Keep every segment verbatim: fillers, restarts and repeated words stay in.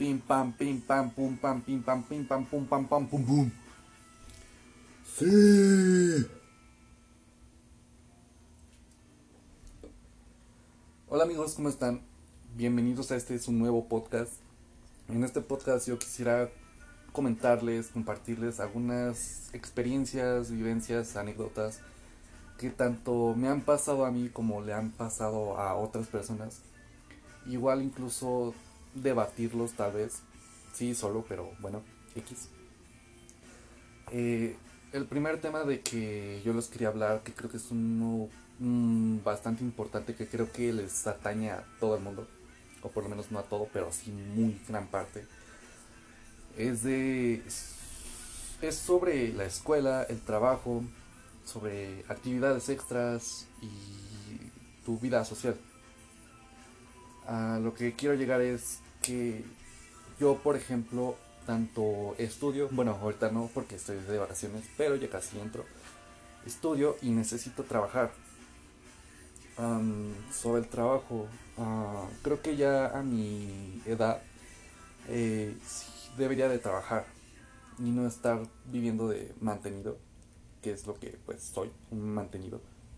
Pim pam, pim pam, pum pam, pim pam, pim pam, pum pam, pam, pum pum. Sí. Hola amigos, ¿cómo están? Bienvenidos a este es un nuevo podcast. En este podcast yo quisiera comentarles, compartirles algunas experiencias, vivencias, anécdotas que tanto me han pasado a mí como le han pasado a otras personas. Igual incluso debatirlos tal vez. Sí, solo, pero bueno, X. Eh, el primer tema de que yo les quería hablar, que creo que es uno mm, bastante importante, que creo que les atañe a todo el mundo, o por lo menos no a todo, pero sí muy gran parte, es de es sobre la escuela, el trabajo, sobre actividades extras y tu vida social. A lo que quiero llegar es que yo, por ejemplo, tanto estudio, bueno, ahorita no porque estoy de vacaciones, pero ya casi entro, estudio y necesito trabajar. Um, sobre el trabajo, uh, creo que ya a mi edad eh, sí debería de trabajar y no estar viviendo de mantenido, que es lo que pues soy, un mantenido.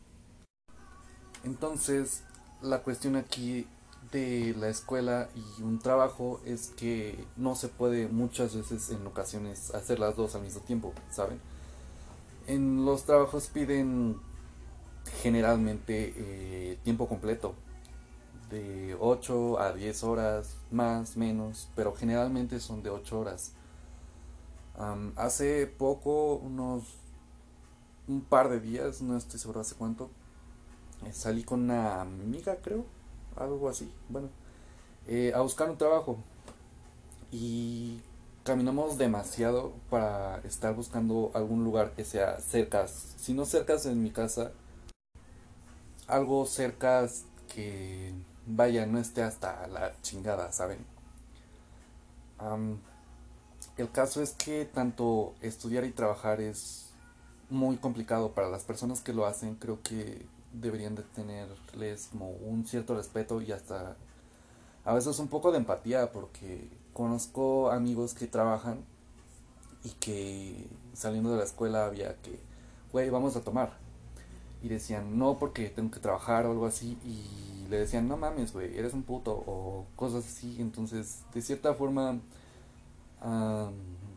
Entonces, la cuestión aquí de la escuela y un trabajo es que no se puede muchas veces en ocasiones hacer las dos al mismo tiempo, ¿saben? En los trabajos piden generalmente eh, tiempo completo, de ocho a diez horas, más, menos, pero generalmente son de ocho horas. Um, hace poco, unos un par de días, no estoy seguro hace cuánto, eh, salí con una amiga, creo, algo así, bueno, eh, a buscar un trabajo y caminamos demasiado para estar buscando algún lugar que sea cerca, si no cerca de mi casa, algo cerca que vaya, no esté hasta la chingada, ¿saben? Um, el caso es que tanto estudiar y trabajar es muy complicado para las personas que lo hacen. Creo que deberían de tenerles como un cierto respeto y hasta a veces un poco de empatía, porque conozco amigos que trabajan y que saliendo de la escuela había que, güey, vamos a tomar. Y decían, no, porque tengo que trabajar o algo así. Y le decían, no mames, güey, eres un puto o cosas así. Entonces, de cierta forma, um,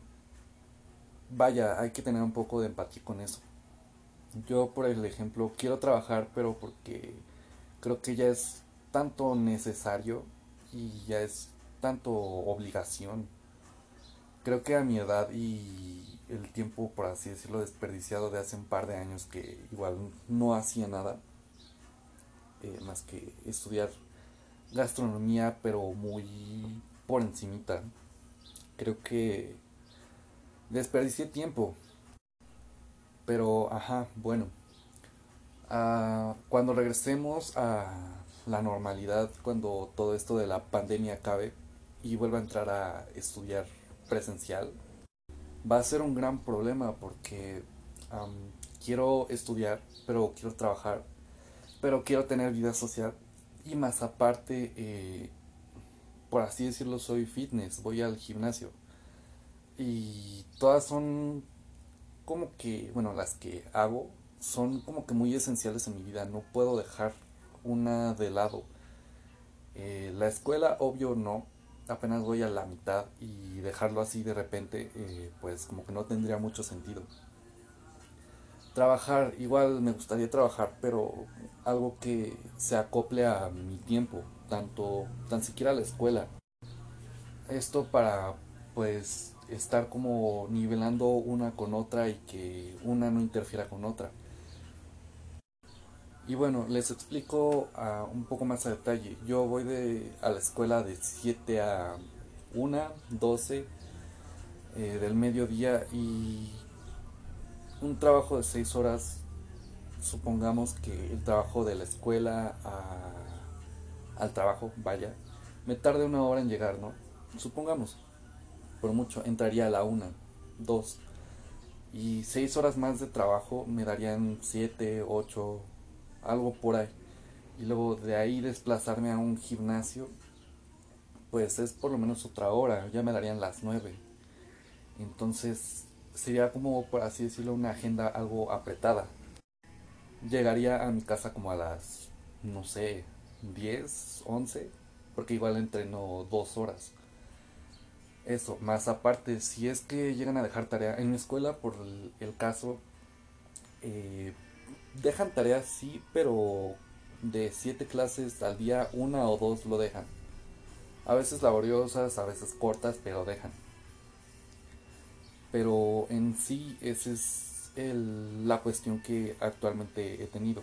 vaya, hay que tener un poco de empatía con eso. Yo, por el ejemplo, quiero trabajar, pero porque creo que ya es tanto necesario y ya es tanto obligación. Creo que a mi edad y el tiempo, por así decirlo, desperdiciado de hace un par de años que igual no hacía nada, eh, más que estudiar gastronomía, pero muy por encimita. Creo que desperdicié tiempo, pero ajá, bueno. Ah, cuando regresemos a la normalidad, cuando todo esto de la pandemia acabe y vuelva a entrar a estudiar presencial, va a ser un gran problema porque am, quiero estudiar, pero quiero trabajar, pero quiero tener vida social y más aparte, eh, por así decirlo, soy fitness, voy al gimnasio y todas son como que, bueno, las que hago son como que muy esenciales en mi vida, no puedo dejar una de lado. Eh, la escuela, obvio, no, apenas voy a la mitad y dejarlo así de repente, eh, pues como que no tendría mucho sentido. Trabajar, igual me gustaría trabajar, pero algo que se acople a mi tiempo, tanto, tan siquiera a la escuela. Esto para, pues, estar como nivelando una con otra y que una no interfiera con otra. Y bueno, les explico uh, un poco más a detalle. Yo voy de, a la escuela de siete a una doce eh, del mediodía y un trabajo de seis horas, supongamos que el trabajo de la escuela a, al trabajo, vaya, me tarde una hora en llegar, ¿no? Supongamos, por mucho, entraría a la una dos y seis horas más de trabajo me darían siete ocho algo por ahí. Y luego de ahí desplazarme a un gimnasio, pues es por lo menos otra hora, ya me darían las nueve. Entonces sería como, por así decirlo, una agenda algo apretada. Llegaría a mi casa como a las, no sé, diez once, porque igual entreno dos horas. Eso, más aparte, si es que llegan a dejar tarea en mi escuela, por el, el caso, eh, dejan tareas sí, pero de siete clases al día, una o dos lo dejan. A veces laboriosas, a veces cortas, pero dejan. Pero en sí, esa es el- la cuestión que actualmente he tenido.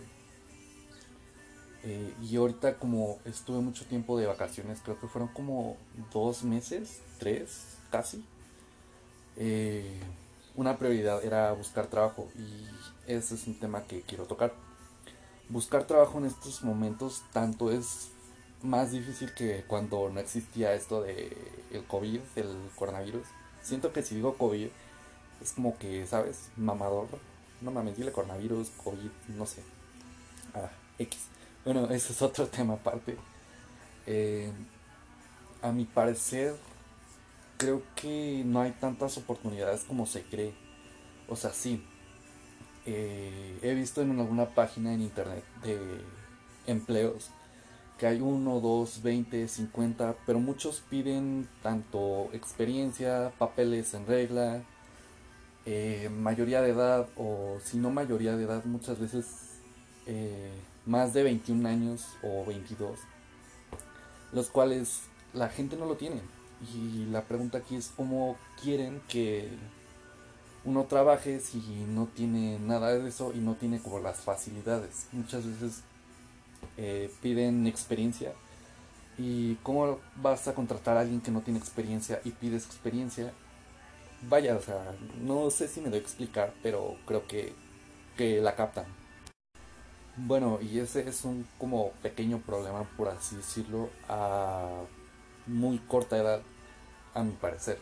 Eh, y ahorita como estuve mucho tiempo de vacaciones, creo que fueron como dos meses, tres casi, eh, una prioridad era buscar trabajo y ese es un tema que quiero tocar. Buscar trabajo en estos momentos tanto es más difícil que cuando no existía esto de el COVID, el coronavirus. Siento que si digo COVID es como que, ¿sabes? Mamador. No mames, dile coronavirus, COVID, no sé. Ah, X. Bueno, ese es otro tema aparte. Eh, a mi parecer, creo que no hay tantas oportunidades como se cree. O sea, sí, eh, he visto en alguna página en internet de empleos que hay uno, dos, veinte, cincuenta, pero muchos piden tanto experiencia, papeles en regla, eh, mayoría de edad o si no mayoría de edad, muchas veces eh, más de veintiún años o veintidós, los cuales la gente no lo tiene. Y la pregunta aquí es cómo quieren que uno trabaje si no tiene nada de eso y no tiene como las facilidades. Muchas veces eh, piden experiencia. ¿Y cómo vas a contratar a alguien que no tiene experiencia y pides experiencia? Vaya, o sea, no sé si me doy a explicar, pero creo que, que la captan. Bueno, y ese es un como pequeño problema, por así decirlo, a muy corta edad, a mi parecer.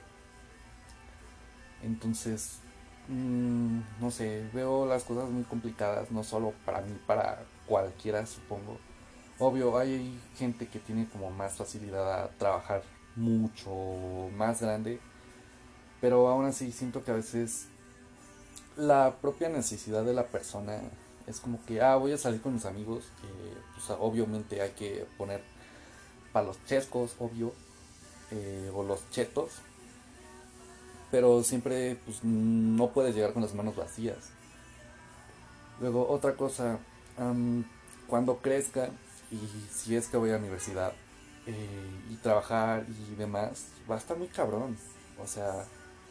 Entonces, mmm, no sé, veo las cosas muy complicadas, no solo para mí, para cualquiera, supongo. Obvio, hay gente que tiene como más facilidad a trabajar mucho más grande, pero aún así siento que a veces la propia necesidad de la persona es como que, ah, voy a salir con mis amigos, eh, pues obviamente hay que poner para los chescos, obvio, eh, o los chetos, pero siempre pues no puedes llegar con las manos vacías. Luego otra cosa, um, cuando crezca y si es que voy a la universidad eh, y trabajar y demás, va a estar muy cabrón. O sea,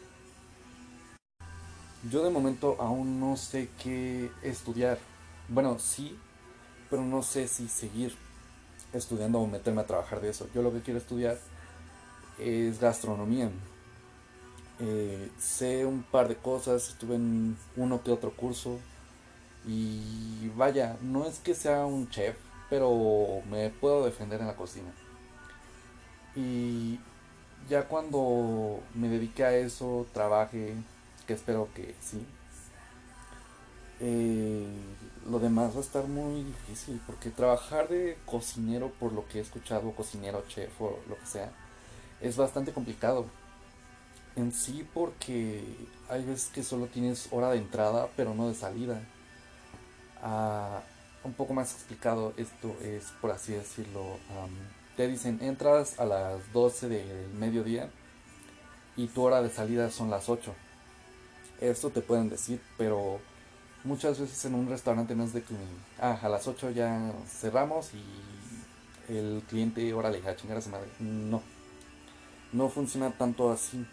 yo de momento aún no sé qué estudiar. Bueno, sí, pero no sé si seguir estudiando o meterme a trabajar de eso. Yo lo que quiero estudiar es gastronomía. Eh, sé un par de cosas, estuve en uno que otro curso y vaya, no es que sea un chef, pero me puedo defender en la cocina. Y ya cuando me dedique a eso, trabaje, que espero que sí, eh, lo demás va a estar muy difícil, porque trabajar de cocinero, por lo que he escuchado, cocinero, chef o lo que sea, es bastante complicado. En sí porque hay veces que solo tienes hora de entrada, pero no de salida. Ah, un poco más explicado, esto es, por así decirlo, um, te dicen entras a las doce del mediodía y tu hora de salida son las ocho. Esto te pueden decir, pero muchas veces en un restaurante no es de que ah, a las ocho ya cerramos y el cliente, órale, a chingar a su madre. No, no funciona tanto así.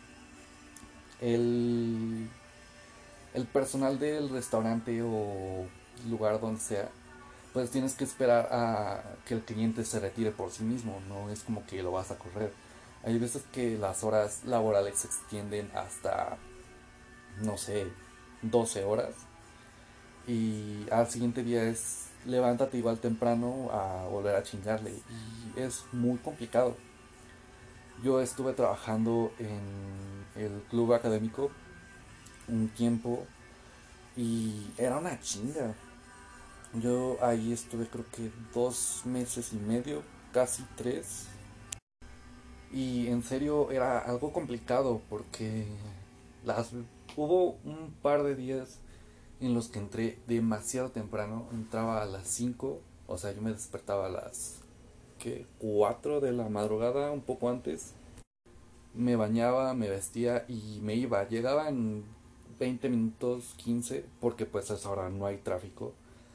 El, el personal del restaurante o lugar donde sea, pues tienes que esperar a que el cliente se retire por sí mismo, no es como que lo vas a correr. Hay veces que las horas laborales se extienden hasta, no sé, doce horas y al siguiente día es levántate igual temprano a volver a chingarle y es muy complicado. Yo estuve trabajando en el club académico un tiempo y era una chinga. Yo ahí estuve creo que dos meses y medio, casi tres. Y en serio era algo complicado porque las, hubo un par de días en los que entré demasiado temprano. Entraba a las cinco, o sea, yo me despertaba a las ¿qué? cuatro de la madrugada, un poco antes. Me bañaba, me vestía y me iba. Llegaba en veinte minutos, quince, porque pues a esa hora no hay tráfico.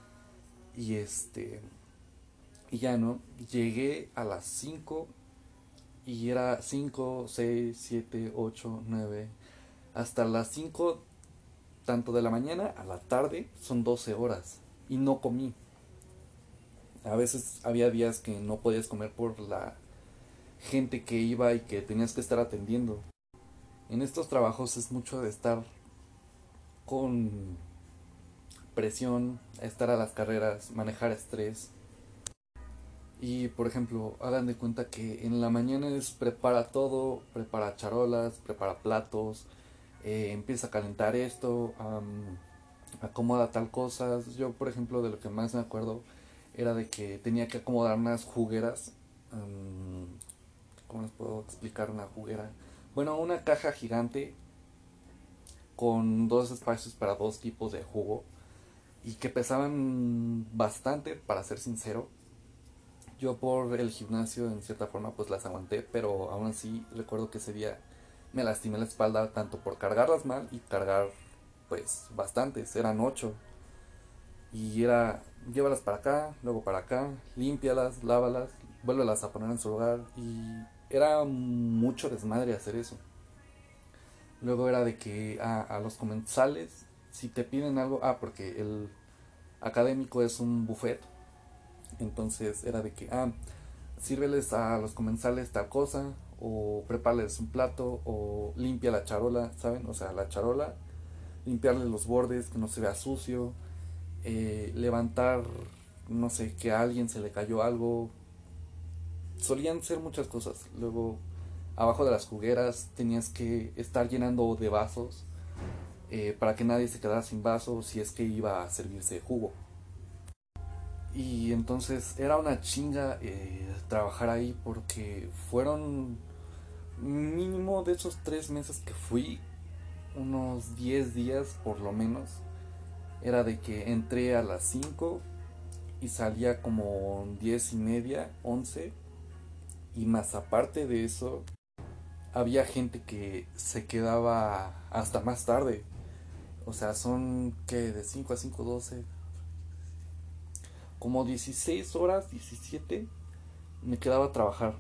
Y este, y ya no, llegué a las cinco y era cinco seis siete ocho nueve hasta las cinco tanto de la mañana a la tarde, son doce horas. Y no comí. A veces había días que no podías comer por la gente que iba y que tenías que estar atendiendo. En estos trabajos es mucho de estar con presión, estar a las carreras, manejar estrés. Y por ejemplo, hagan de cuenta que en la mañana es prepara todo, prepara charolas, prepara platos, eh, empieza a calentar esto, um, acomoda tal cosa. Yo, por ejemplo, de lo que más me acuerdo era de que tenía que acomodar unas jugueras. Um, ¿Cómo les puedo explicar una juguera? Bueno, una caja gigante con dos espacios para dos tipos de jugo y que pesaban bastante, para ser sincero. Yo por el gimnasio en cierta forma pues las aguanté, pero aún así recuerdo que ese día me lastimé la espalda tanto por cargarlas mal y cargar pues bastantes, eran ocho. Y era, llévalas para acá, luego para acá, límpialas, lávalas, vuélvelas a poner en su lugar. Y era mucho desmadre hacer eso. Luego era de que a, a los comensales, si te piden algo, ah, porque el académico es un buffet. Entonces era de que, ah, sírveles a los comensales tal cosa, o prepárales un plato, o limpia la charola, ¿saben? O sea, la charola, limpiarle los bordes, que no se vea sucio, eh, levantar, no sé, que a alguien se le cayó algo. Solían ser muchas cosas. Luego, abajo de las jugueras tenías que estar llenando de vasos eh, para que nadie se quedara sin vaso si es que iba a servirse jugo. Y entonces era una chinga eh, trabajar ahí porque fueron mínimo de esos tres meses que fui, unos diez días por lo menos. Era de que entré a las cinco y salía como diez y media, once. Y más aparte de eso, había gente que se quedaba hasta más tarde. O sea, son que de cinco a cinco doce, como dieciséis horas, diecisiete me quedaba a trabajar.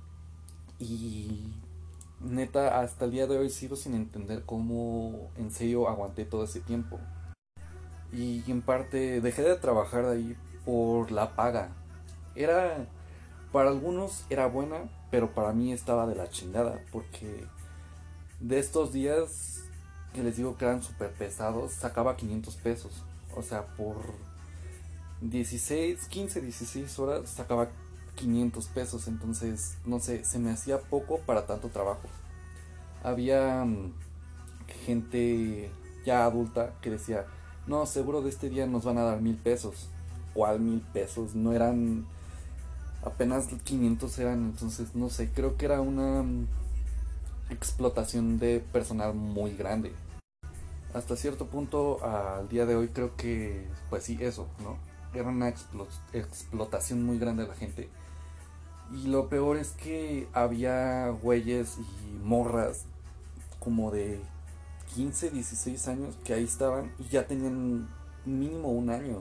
Y neta, hasta el día de hoy sigo sin entender cómo en serio aguanté todo ese tiempo. Y en parte dejé de trabajar ahí por la paga. Era, para algunos era buena, pero para mí estaba de la chingada, porque de estos días que les digo que eran súper pesados, sacaba quinientos pesos. O sea, por dieciséis quince dieciséis horas sacaba quinientos pesos. Entonces, no sé, se me hacía poco para tanto trabajo. Había mm, gente ya adulta que decía, no, seguro de este día nos van a dar mil pesos. ¿Cuál mil pesos? No eran, apenas quinientos eran. Entonces, no sé, creo que era una mm, explotación de personal muy grande. Hasta cierto punto, al día de hoy creo que, pues sí, eso, ¿no? Era una explo- explotación muy grande de la gente. Y lo peor es que había güeyes y morras como de quince dieciséis años que ahí estaban y ya tenían mínimo un año.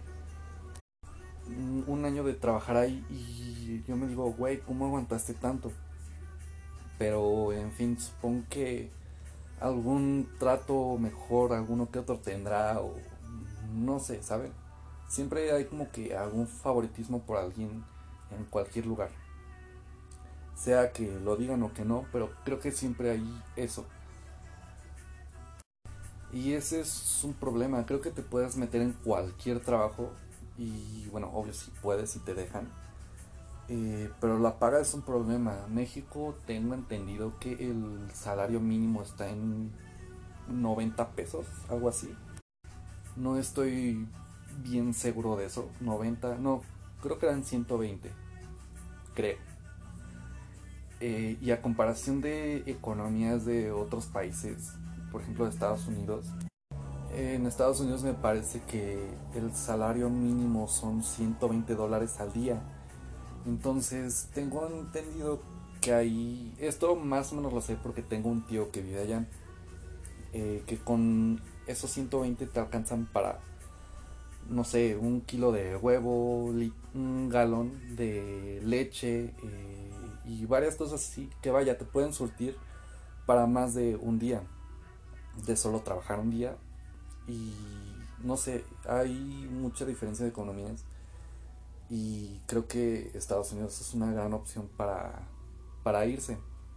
Un un año de trabajar ahí y yo me digo, güey, ¿cómo aguantaste tanto? Pero, en fin, supongo que algún trato mejor, alguno que otro tendrá o no sé, ¿saben? Siempre hay como que algún favoritismo por alguien en cualquier lugar. Sea que lo digan o que no, pero creo que siempre hay eso. Y ese es un problema. Creo que te puedes meter en cualquier trabajo. Y bueno, obvio si puedes y te dejan. Eh, pero la paga es un problema. México tengo entendido que el salario mínimo está en noventa pesos, algo así. No estoy bien seguro de eso. Noventa, no, creo que eran ciento veinte, creo. Eh, y a comparación de economías de otros países, por ejemplo de Estados Unidos, en Estados Unidos me parece que el salario mínimo son ciento veinte dólares al día. Entonces tengo entendido que ahí, esto más o menos lo sé porque tengo un tío que vive allá, eh, que con esos ciento veinte te alcanzan para, no sé, un kilo de huevo, li- un galón de leche, eh, y varias cosas así que vaya, te pueden surtir para más de un día, de solo trabajar un día. Y no sé, hay mucha diferencia de economías y creo que Estados Unidos es una gran opción para, para irse,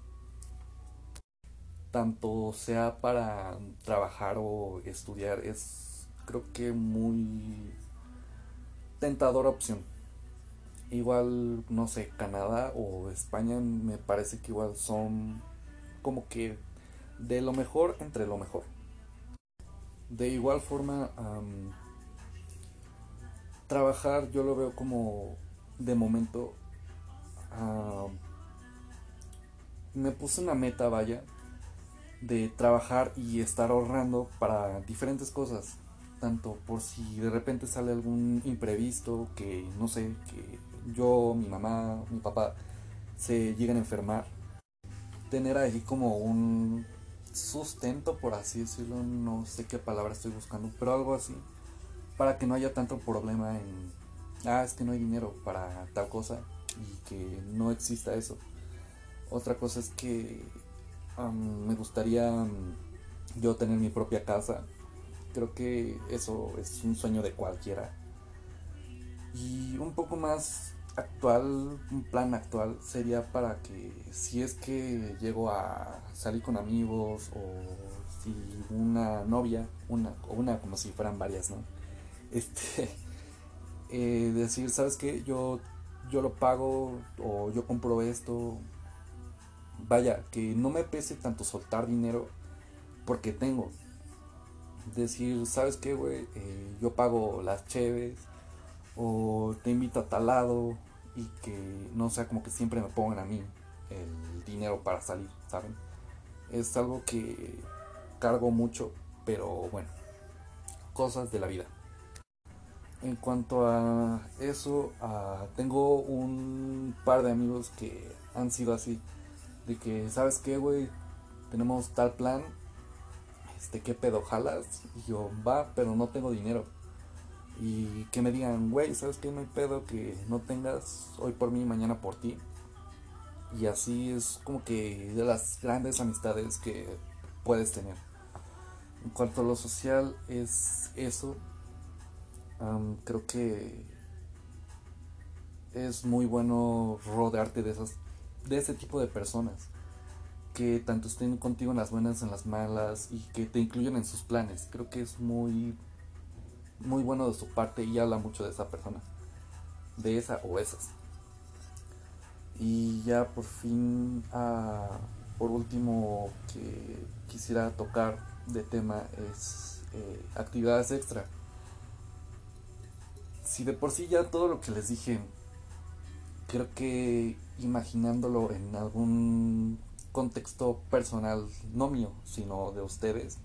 tanto sea para trabajar o estudiar, es creo que muy tentadora opción. Igual, no sé, Canadá o España me parece que igual son como que de lo mejor entre lo mejor. De igual forma, um, trabajar yo lo veo como de momento, uh, me puse una meta, vaya, de trabajar y estar ahorrando para diferentes cosas. Tanto por si de repente sale algún imprevisto, que no sé, que yo, mi mamá, mi papá se lleguen a enfermar. Tener ahí como un sustento, por así decirlo, no sé qué palabra estoy buscando, pero algo así, para que no haya tanto problema en, ah, es que no hay dinero para tal cosa y que no exista eso. Otra cosa es que um, me gustaría um, yo tener mi propia casa. Creo que eso es un sueño de cualquiera. Y un poco más actual, un plan actual sería para que si es que llego a salir con amigos o si una novia, una o una como si fueran varias, ¿no? Este, eh, decir, ¿sabes qué? Yo, yo lo pago o yo compro esto. Vaya, que no me pese tanto soltar dinero porque tengo. Decir, ¿sabes qué, güey? Eh, yo pago las cheves o te invito a tal lado y que no sea como que siempre me pongan a mí el dinero para salir, ¿saben? Es algo que cargo mucho, pero bueno, cosas de la vida. En cuanto a eso, uh, tengo un par de amigos que han sido así, de que, ¿sabes qué, güey? Tenemos tal plan, este, ¿qué pedo jalas? Y yo, va, pero no tengo dinero. Y que me digan, güey, ¿sabes qué? No hay pedo que no tengas hoy por mí, mañana por ti. Y así es como que de las grandes amistades que puedes tener. En cuanto a lo social, es eso. Um, creo que es muy bueno rodearte de esas, de ese tipo de personas que tanto estén contigo en las buenas, en las malas y que te incluyen en sus planes. Creo que es muy, muy bueno de su parte y habla mucho de esa persona, de esa o esas. Y ya por fin, uh, por último, que quisiera tocar de tema es eh, actividades extra. Si de por sí ya todo lo que les dije, creo que imaginándolo en algún contexto personal, no mío, sino de ustedes,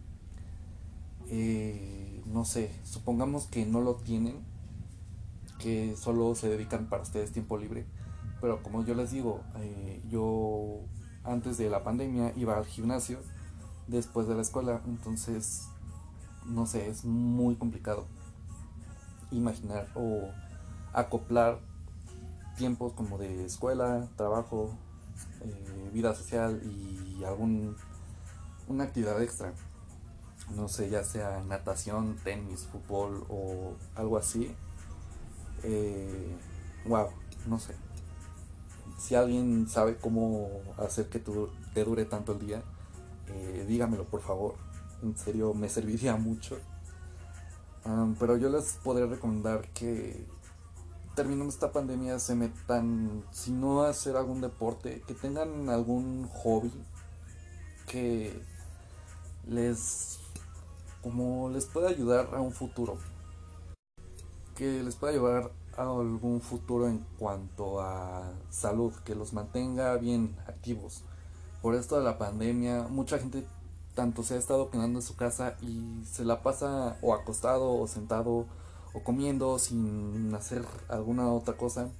eh, no sé, supongamos que no lo tienen, que solo se dedican para ustedes tiempo libre, pero como yo les digo, eh, yo antes de la pandemia iba al gimnasio después de la escuela, entonces no sé, es muy complicado imaginar o acoplar tiempos como de escuela, trabajo, eh, vida social y algún una actividad extra, no sé, ya sea natación, tenis, fútbol o algo así. eh, wow, no sé, si alguien sabe cómo hacer que tu, te dure tanto el día, eh, dígamelo por favor. En serio, me serviría mucho. Um, pero yo les podría recomendar que terminando esta pandemia se metan, si no a hacer algún deporte, que tengan algún hobby que les, como les pueda ayudar a un futuro, que les pueda ayudar algún futuro en cuanto a salud, que los mantenga bien activos. Por esto de la pandemia, mucha gente tanto se ha estado quedando en su casa y se la pasa o acostado o sentado o comiendo sin hacer alguna otra cosa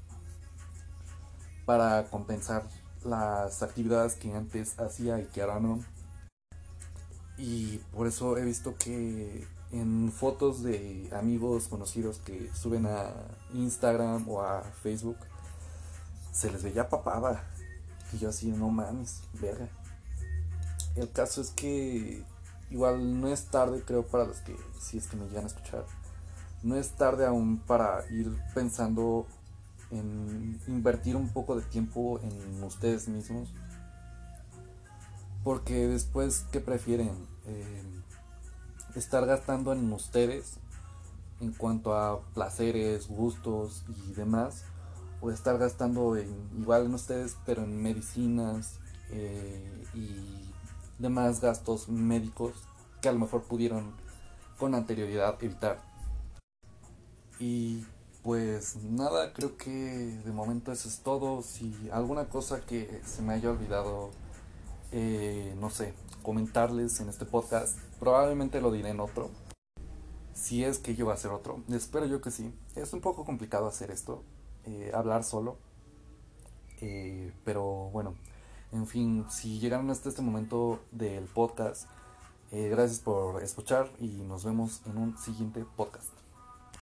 para compensar las actividades que antes hacía y que ahora no. Y por eso he visto que en fotos de amigos conocidos que suben a Instagram o a Facebook se les veía papada. Y yo así, no mames, verga. El caso es que igual no es tarde, creo, para los que, si es que me llegan a escuchar, no es tarde aún para ir pensando en invertir un poco de tiempo en ustedes mismos. Porque después, ¿qué prefieren? Eh, estar gastando en ustedes en cuanto a placeres, gustos y demás, o estar gastando en, igual en ustedes, pero en medicinas eh, y demás gastos médicos que a lo mejor pudieron con anterioridad evitar. Y pues nada, creo que de momento eso es todo. Si alguna cosa que se me haya olvidado, eh, no sé, comentarles en este podcast, probablemente lo diré en otro. Si es que yo voy a hacer otro, espero yo que sí. Es un poco complicado hacer esto, eh, hablar solo, eh, pero bueno, en fin, si llegaron hasta este momento del podcast, eh, gracias por escuchar y nos vemos en un siguiente podcast.